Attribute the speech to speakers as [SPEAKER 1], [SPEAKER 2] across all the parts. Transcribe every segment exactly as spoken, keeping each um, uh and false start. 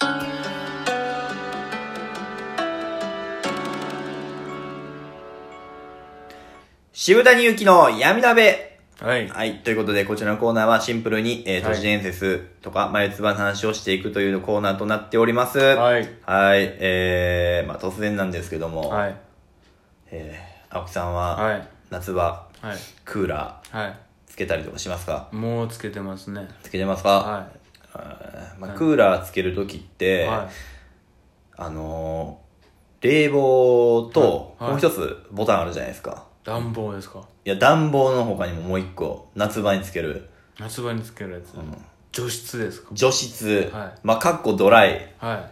[SPEAKER 1] 渋谷由紀の闇鍋。
[SPEAKER 2] はい。
[SPEAKER 1] はい。ということで、こちらのコーナーはシンプルに、えー、都市伝説とか、眉唾の話をしていくというコーナーとなっております。
[SPEAKER 2] はい。
[SPEAKER 1] はい。えー、まあ突然なんですけども、
[SPEAKER 2] はい。
[SPEAKER 1] えー、青木さんは、
[SPEAKER 2] はい、
[SPEAKER 1] 夏場、はい、クーラー、はい、つけたりとかしますか？
[SPEAKER 2] もうつけてますね。
[SPEAKER 1] つけてますか？
[SPEAKER 2] はい。
[SPEAKER 1] あまあ、クーラーつけるときって、はい、あのー、冷房と、もう一つボタンあるじゃないですか。
[SPEAKER 2] 暖房ですか？
[SPEAKER 1] いや、暖房の他にももう一個、夏場につける。
[SPEAKER 2] 夏場につけるやつ。うん、除湿ですか？
[SPEAKER 1] 除湿。はい。まあ、かっこドライ。
[SPEAKER 2] はい。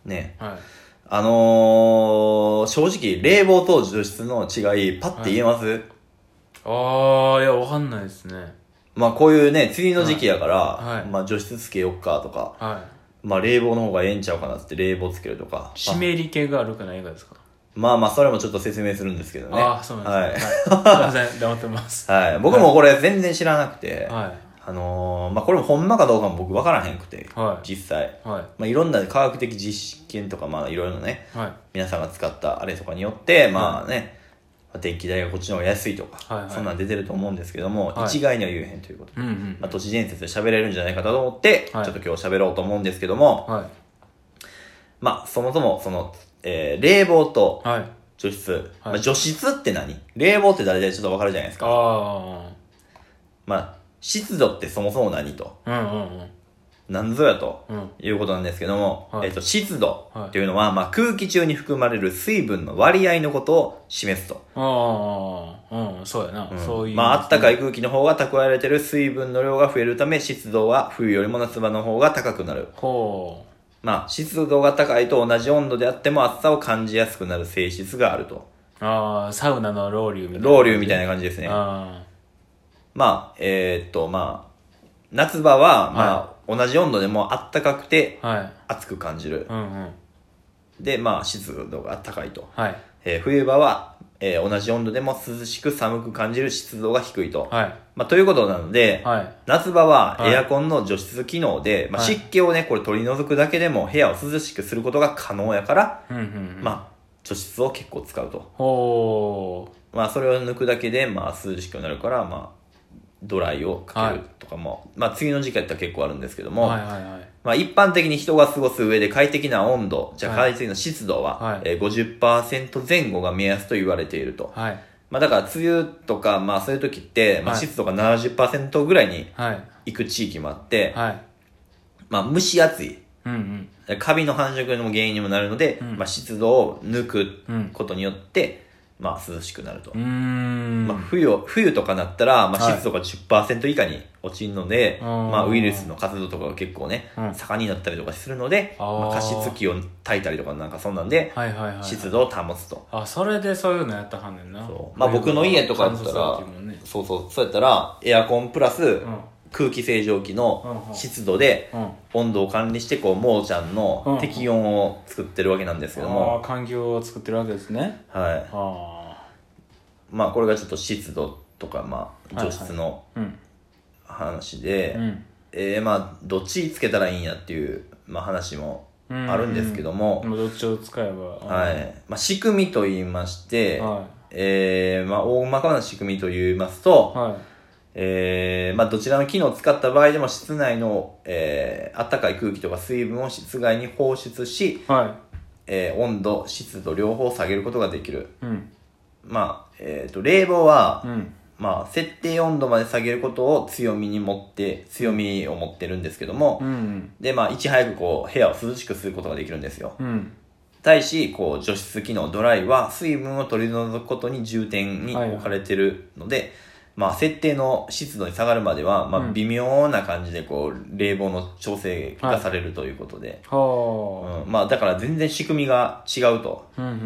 [SPEAKER 1] ね。
[SPEAKER 2] はい。
[SPEAKER 1] あのー、正直、冷房と除湿の違い、パッて言えます？はい、
[SPEAKER 2] あー、いや、わかんないですね。
[SPEAKER 1] まあ、こういうね、梅雨の時期やから、
[SPEAKER 2] はいはい、
[SPEAKER 1] まあ、除湿つけよっかとか、
[SPEAKER 2] はい。
[SPEAKER 1] まあ、冷房の方がええんちゃうかなって冷房つけるとか。
[SPEAKER 2] 湿り気があるかないかですか？
[SPEAKER 1] まあまあ、それもちょっと説明するんですけどね。
[SPEAKER 2] ああ、そうなんですね。はい。すいません、黙ってます。
[SPEAKER 1] はい。僕もこれ全然知らなくて、
[SPEAKER 2] はい。
[SPEAKER 1] あのー、まあこれもほんまかどうかも僕分からへんくて、はい。実際。はい。まあいろんな科学的実験とか、まあいろいろね、はい。皆さんが使ったあれとかによって、まあね、はい、電気代がこっちの方が安いとか、はいはい、そんなん出てると思うんですけども、はい、一概には言えへんということで、うんうん、まあ都市伝説で喋れるんじゃないかと思って、はい、ちょっと今日喋ろうと思うんですけども、はい。まあそもそも、その、えー、冷房と、はい。除湿。はい、まあ、除湿って何？冷房って大体ちょっとわかるじゃないですか。ああ。まあ、湿度ってそもそも何と。うんうんうん。何ぞやと、うん、いうことなんですけども、はい、えっと、湿度っていうのは、はい、まあ空気中に含まれる水分の割合のことを示すと。ああ、うん、そうやな。うん、そういう。まあ、あったかい空気の方が蓄えられてる水分の量が増えるため、湿度は冬よりも夏場の方が高くなる。ほう。まあ、湿度が高いと同じ温度であっても暑さを感じやすくなる性質があると。ああ、サウナのロウリュみたいな。ロウリュみたいな感じですね。あまあ、えー、っと、まあ、夏場は、まあ、はい、同じ温度でも暖かくて、暑く感じる。はい、うんうん。で、まあ、湿度が高いと。はい。えー、冬場は、えー、同じ温度でも涼しく寒く感じる湿度が低いと。はい。まあ、ということなので、はい、夏場はエアコンの除湿機能で、はい、まあ、湿気をね、これ取り除くだけでも部屋を涼しくすることが可能やから、うんうんうん、まあ、除湿を結構使うと。ほー。まあ、それを抜くだけで、まあ、涼しくなるから、まあ、ドライをかけるとかも、はい、まあ、梅雨の時期やったら結構あるんですけども、はいはいはい、まあ、一般的に人が過ごす上で快適な温度、じゃあ快適な湿度は、はい、えー、ごじゅっパーセント 前後が目安と言われていると。はい、まあ、だから梅雨とか、まあ、そういう時って、まあ、湿度が ななじゅっパーセント ぐらいに行く地域もあって、はい、まあ、蒸し暑い。うんうん、カビの繁殖の原因にもなるので、うん、まあ、湿度を抜くことによって、うん、まあ、涼しくなると。うーんまあ、冬、冬とかなったら、まあ、湿度が じゅっパーセント 以下に落ちるので、はい、まあ、ウイルスの活動とかが結構ね、うん、盛んになったりとかするので、まあ、加湿器を焚いたりとかなんかそんなんで、はいはいはいはい、湿度を保つと。あ、それでそういうのやったはんねんな。そう。まあ、僕の家とかやったら、ね、そうそう、そうやったら、エアコンプラス、うん空気清浄機の湿度で温度を管理してこうモーちゃんの適温を作ってるわけなんですけども、あ環境を作ってるわけですね。はいあまあこれがちょっと湿度とかまあ除湿の話で、はいはいうん、えー、まあどっちつけたらいいんやっていう、まあ、話もあるんですけども、うんうん、どっちを使えばはいまあ、仕組みと言いまして、はいえーまあ、大まかな仕組みと言いますと、はいえー、まあ、どちらの機能を使った場合でも室内の、えー、暖かい空気とか水分を室外に放出し、はい、えー、温度、湿度両方下げることができる。うん、まあ、えっ、ー、と、冷房は、うん、まあ、設定温度まで下げることを強みに持って、強みを持ってるんですけども、うんうん、で、まあ、いち早くこう、部屋を涼しくすることができるんですよ。うん対し、こう、除湿機能ドライは水分を取り除くことに重点に置かれてるので、はいはいまあ、設定の湿度に下がるまでは、まあ、微妙な感じで、こう、冷房の調整がされるということで。はい。うん、まあ、だから全然仕組みが違うと。うんうんうん、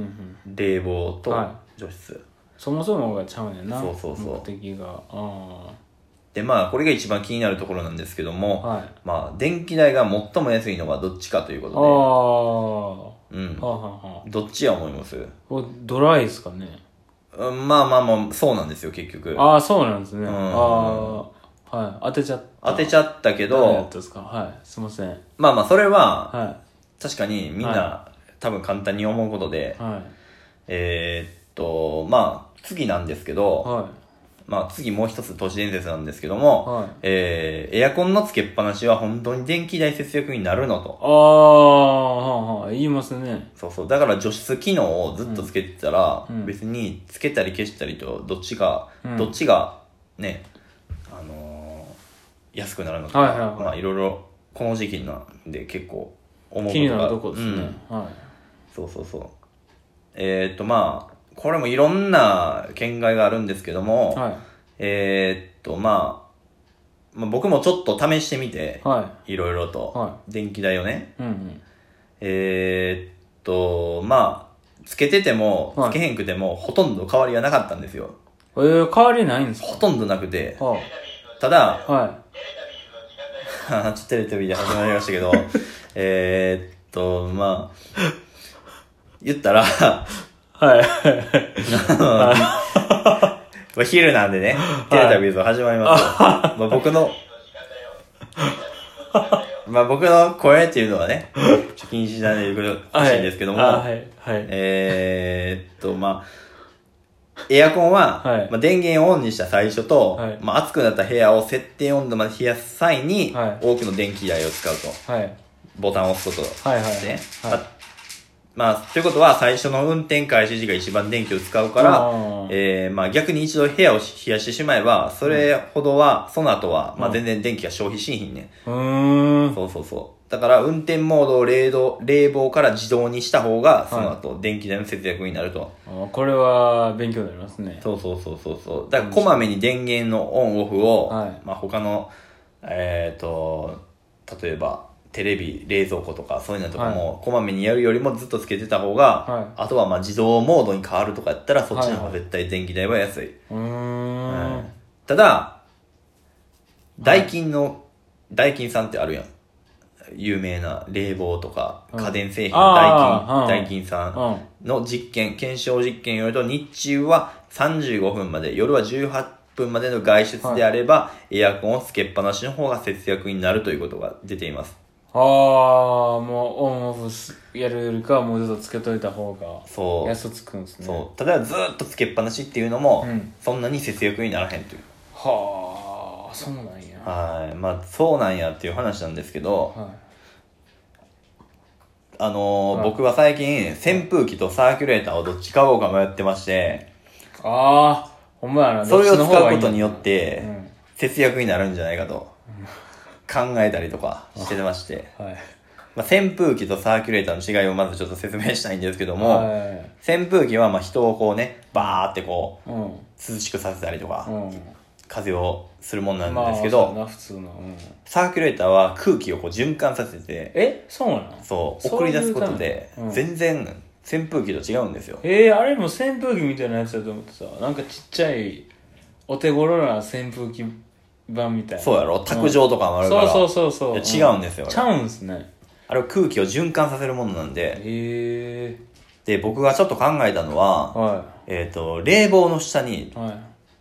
[SPEAKER 1] 冷房と除湿、はい。そもそもがちゃうねんな。そうそうそう。目的が。あで、まあ、これが一番気になるところなんですけども、はい、まあ、電気代が最も安いのはどっちかということで。ああ。うん。はあはあ、どっちや思います？ドライですかね。まあまあまあ、そうなんですよ、結局。ああ、そうなんですね。うん、ああ、はい。当てちゃった。当てちゃったけど。何やったですかはい。すいません。まあまあ、それは、はい。 確かにみんな、はい、多分簡単に思うことで、
[SPEAKER 2] はい、
[SPEAKER 1] えー、っとまあ次なんですけど、
[SPEAKER 2] はい、
[SPEAKER 1] まあ次もう一つ都市伝説なんですけども、はい、えー、エアコンのつけっぱなしは本当に電気代節約になるのと。
[SPEAKER 2] ああ、はい、言いますね。
[SPEAKER 1] そうそう。だから除湿機能をずっとつけてたら、うん、別につけたり消したりとどっちが、うん、どっちがね、あのー、安くなるのか、はいはいはい、まあいろいろこの時期なんで結構思うことが
[SPEAKER 2] 気になるとこですね。うん、はい。
[SPEAKER 1] そうそうそう。えー、っとまあこれもいろんな見解があるんですけども、はい、えー、っとまあ、まあ、僕もちょっと試してみて、はい、いろいろと、はい、電気代をね、うんうん、えー、っとまあつけててもつけへんくても、はい、ほとんど変わりがなかったんですよ。
[SPEAKER 2] えー、変わりないんですか？
[SPEAKER 1] ほとんどなくて、はあ、ただ、はい、ちょっとテレビで始まりましたけどえーっとまあ言ったらはい。昼なんでね、テレタビーズ始まりますよ。まあ僕の、まあ僕の声っていうのはね、ちょ気にしないでくれほしいんですけども、はいはいはい、えーっと、まあ、エアコンは、はい、まあ、電源をオンにした最初と、はい、まあ、暑くなった部屋を設定温度まで冷やす際に、はい、多くの電気代を使うと。はい、ボタンを押すことですね。はいはいはい、まあ、ということは最初の運転開始時が一番電気を使うから、えー、まあ逆に一度部屋を冷やしてしまえば、それほどは、その後は、まあ全然電気が消費しんひんね。うーん。そうそうそう。だから運転モードを冷房、冷房から自動にした方が、その後電気代の節約になると。
[SPEAKER 2] あ、これは勉強になりますね。
[SPEAKER 1] そうそうそうそうそう。だからこまめに電源のオンオフを、はい、まあ他の、えっと、例えば、テレビ、冷蔵庫とかそういうのとかも、こまめにやるよりもずっとつけてた方が、はい、あとはまあ自動モードに変わるとかやったら、そっちの方が絶対電気代は安い。はいはい、うーん、うん、ただ、ダイキンの、はい、ダイキンさんってあるやん。有名な冷房とか家電製品のダイキン、ダイキンさんの実験、検証実験によると、日中はさんじゅうごふんまで、夜はじゅうはっぷんまでの外出であれば、はい、エアコンをつけっぱなしの方が節約になるということが出ています。
[SPEAKER 2] ああ、もうオンオフやるよりかはもうずっとつけといた方が安つくんですね。
[SPEAKER 1] そう。ただずっとつけっぱなしっていうのも、うん、そんなに節約にならへんという。
[SPEAKER 2] はあ、そうなんや。
[SPEAKER 1] はい。まあそうなんやっていう話なんですけど、はい、あのーはい、僕は最近扇風機とサーキュレーターをどっち買おうか迷ってまして、
[SPEAKER 2] ああ、ほんまやな。
[SPEAKER 1] それを使うことによって、うん、節約になるんじゃないかと。考えたりとかしてまして、はい、まあ、扇風機とサーキュレーターの違いをまずちょっと説明したいんですけども、はい、扇風機はまあ人をこうねバーってこう、うん、涼しくさせたりとか、うん、風をするものなんですけど、
[SPEAKER 2] まあ、普通の、うん、
[SPEAKER 1] サーキュレーターは空気をこう循環させて、
[SPEAKER 2] え、そうなの？
[SPEAKER 1] そう送り出すことで全然扇風機と違うんですよ。
[SPEAKER 2] えー、あれも扇風機みたいなやつだと思ってさ、なんかちっちゃいお手頃な扇風機版みたいな。
[SPEAKER 1] そうやろ、卓上とかもあるから、うん、
[SPEAKER 2] そうそうそうそう、
[SPEAKER 1] いや違うんですよ、
[SPEAKER 2] うん、ちゃうんですね。
[SPEAKER 1] あれは空気を循環させるものなんで、へー。で僕がちょっと考えたのは、はい、えっと冷房の下に、はい、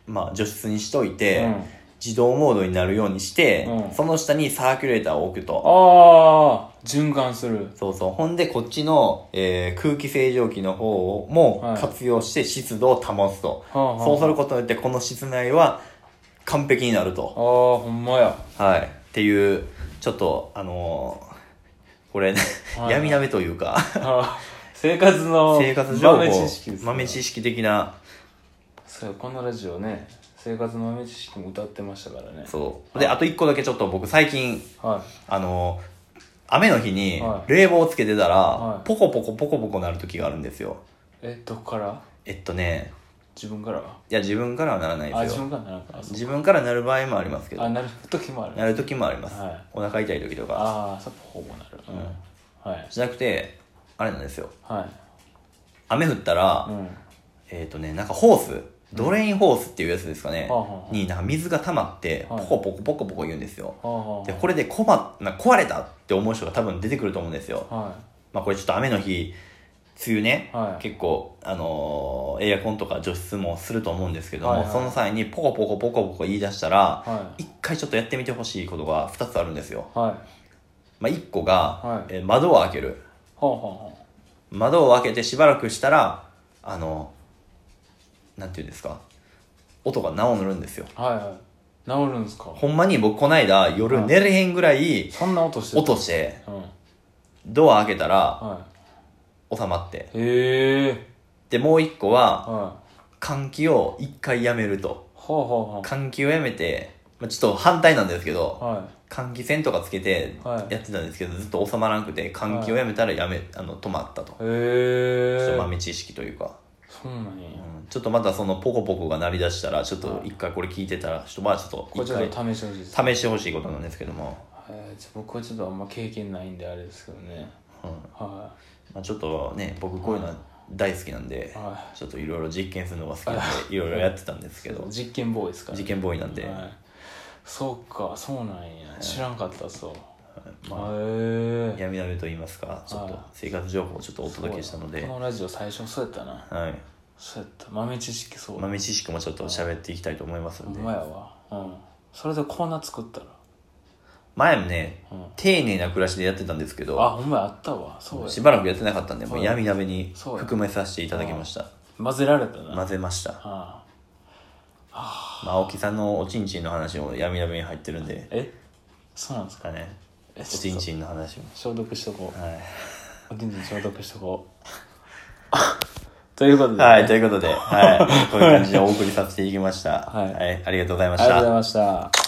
[SPEAKER 1] まあ除湿にしといて、うん、自動モードになるようにして、うん、その下にサーキュレーターを置くと、
[SPEAKER 2] ああ、循環する。
[SPEAKER 1] そうそう。ほんでこっちの、えー、空気清浄機の方も活用して湿度を保つと、はい、そうすることによってこの室内は完璧になると。
[SPEAKER 2] ああ、ほんまや。
[SPEAKER 1] はい。っていう、ちょっと、あのー、これね、はい、闇鍋というか
[SPEAKER 2] 生活の
[SPEAKER 1] 生活情報、
[SPEAKER 2] 豆知識です、ね。
[SPEAKER 1] 豆知識的な。
[SPEAKER 2] そう、このラジオね、生活の豆知識も歌ってましたからね。
[SPEAKER 1] そう。で、あと一個だけちょっと僕最近、はい、あのー、雨の日に冷房をつけてたら、はい、ポコポコポコポコなる時があるんですよ。
[SPEAKER 2] え、どこから？
[SPEAKER 1] えっとね、
[SPEAKER 2] 自分からは？
[SPEAKER 1] いや、自分からはならないですよ。
[SPEAKER 2] あ、自分からならないか。
[SPEAKER 1] 自分からなる場合もありますけど。
[SPEAKER 2] あ、なる時もある。
[SPEAKER 1] なる時もあります。はい、お腹痛い時とか。
[SPEAKER 2] ああ、そこほぼなる。うん。
[SPEAKER 1] はい。じゃなくて、あれなんですよ。はい。雨降ったら、うん、えっとね、なんかホース、ドレインホースっていうやつですかね。うん、に、なんか水が溜まって、ポコポコポコポコ言うんですよ。はい、で、これで困っ、な壊れたって思う人が多分出てくると思うんですよ。はい。まあこれちょっと雨の日、梅雨ね、はい、結構、あのー、エアコンとか除湿もすると思うんですけども、はいはい、その際にポコポコポコポコ言い出したら、はい、一回ちょっとやってみてほしいことが二つあるんですよ。はい、まあ、一個が、はい、えー、窓を開ける。
[SPEAKER 2] ほうほうほ
[SPEAKER 1] う窓を開けてしばらくしたらあのなんていうんですか音が直るんですよ。
[SPEAKER 2] はいはい。治るんですか。
[SPEAKER 1] ほんまに僕こないだ夜寝れへんぐらい
[SPEAKER 2] そんな音して
[SPEAKER 1] 音して、
[SPEAKER 2] うん、
[SPEAKER 1] ドア開けたら、
[SPEAKER 2] はい、
[SPEAKER 1] 収まって。
[SPEAKER 2] へえ。
[SPEAKER 1] でもう一個は、
[SPEAKER 2] はい、
[SPEAKER 1] 換気を一回やめると。
[SPEAKER 2] ほうほうほう。
[SPEAKER 1] 換気をやめて、まあ、ちょっと反対なんですけど、
[SPEAKER 2] はい、
[SPEAKER 1] 換気扇とかつけてやってたんですけど、はい、ずっと収まらなくて換気をやめたらやめ、あの止まったと。へえ。ちょっと豆知識というか。
[SPEAKER 2] そうなんや、うん、
[SPEAKER 1] ちょっとまたそのポコポコが鳴り出したらちょっと一回これ聞いてたらちょっとまあちょっと一回
[SPEAKER 2] これちょっと試してほしいです、ね、
[SPEAKER 1] 試してほしいことなんですけども、
[SPEAKER 2] えー、僕はちょっとあんま経験ないんであれですけどね、
[SPEAKER 1] うん、はい、まあ、ちょっとね僕こういうのは大好きなんで、はい、ちょっといろいろ実験するのが好きなんでいろいろやってたんですけど
[SPEAKER 2] 実験ボーイですか
[SPEAKER 1] ら、ね、実験ボーイなんで、
[SPEAKER 2] はい、そうかそうなんや、知らんかったそう、
[SPEAKER 1] まあ、へ闇鍋と言いますかちょっと生活情報をちょっとお届けしたので、
[SPEAKER 2] このラジオ最初そうやったな、はい、そうやった豆知識そう
[SPEAKER 1] 豆知識もちょっと喋っていきたいと思いますので、
[SPEAKER 2] ほんまやわ、うん、それでコーナー作ったら
[SPEAKER 1] 前もね、うん、丁寧な暮らしでやってたんですけど、
[SPEAKER 2] あほんまやあったわそうや
[SPEAKER 1] しばらくやってなかったんでもう闇鍋に含めさせていただきました。
[SPEAKER 2] 混ぜられたな、
[SPEAKER 1] 混ぜました。ああ、まあ、青木さんのおちんちんの話も闇鍋に入ってるんで。
[SPEAKER 2] えそうなんですか
[SPEAKER 1] ね、おちんちんの話も
[SPEAKER 2] 消毒しとこう、はい、おちんちん消毒しとこうということで、ね、
[SPEAKER 1] はい、ということで、はい、こういう感じでお送りさせていきました。はい、はい、ありがとうございました。
[SPEAKER 2] ありがとうございました。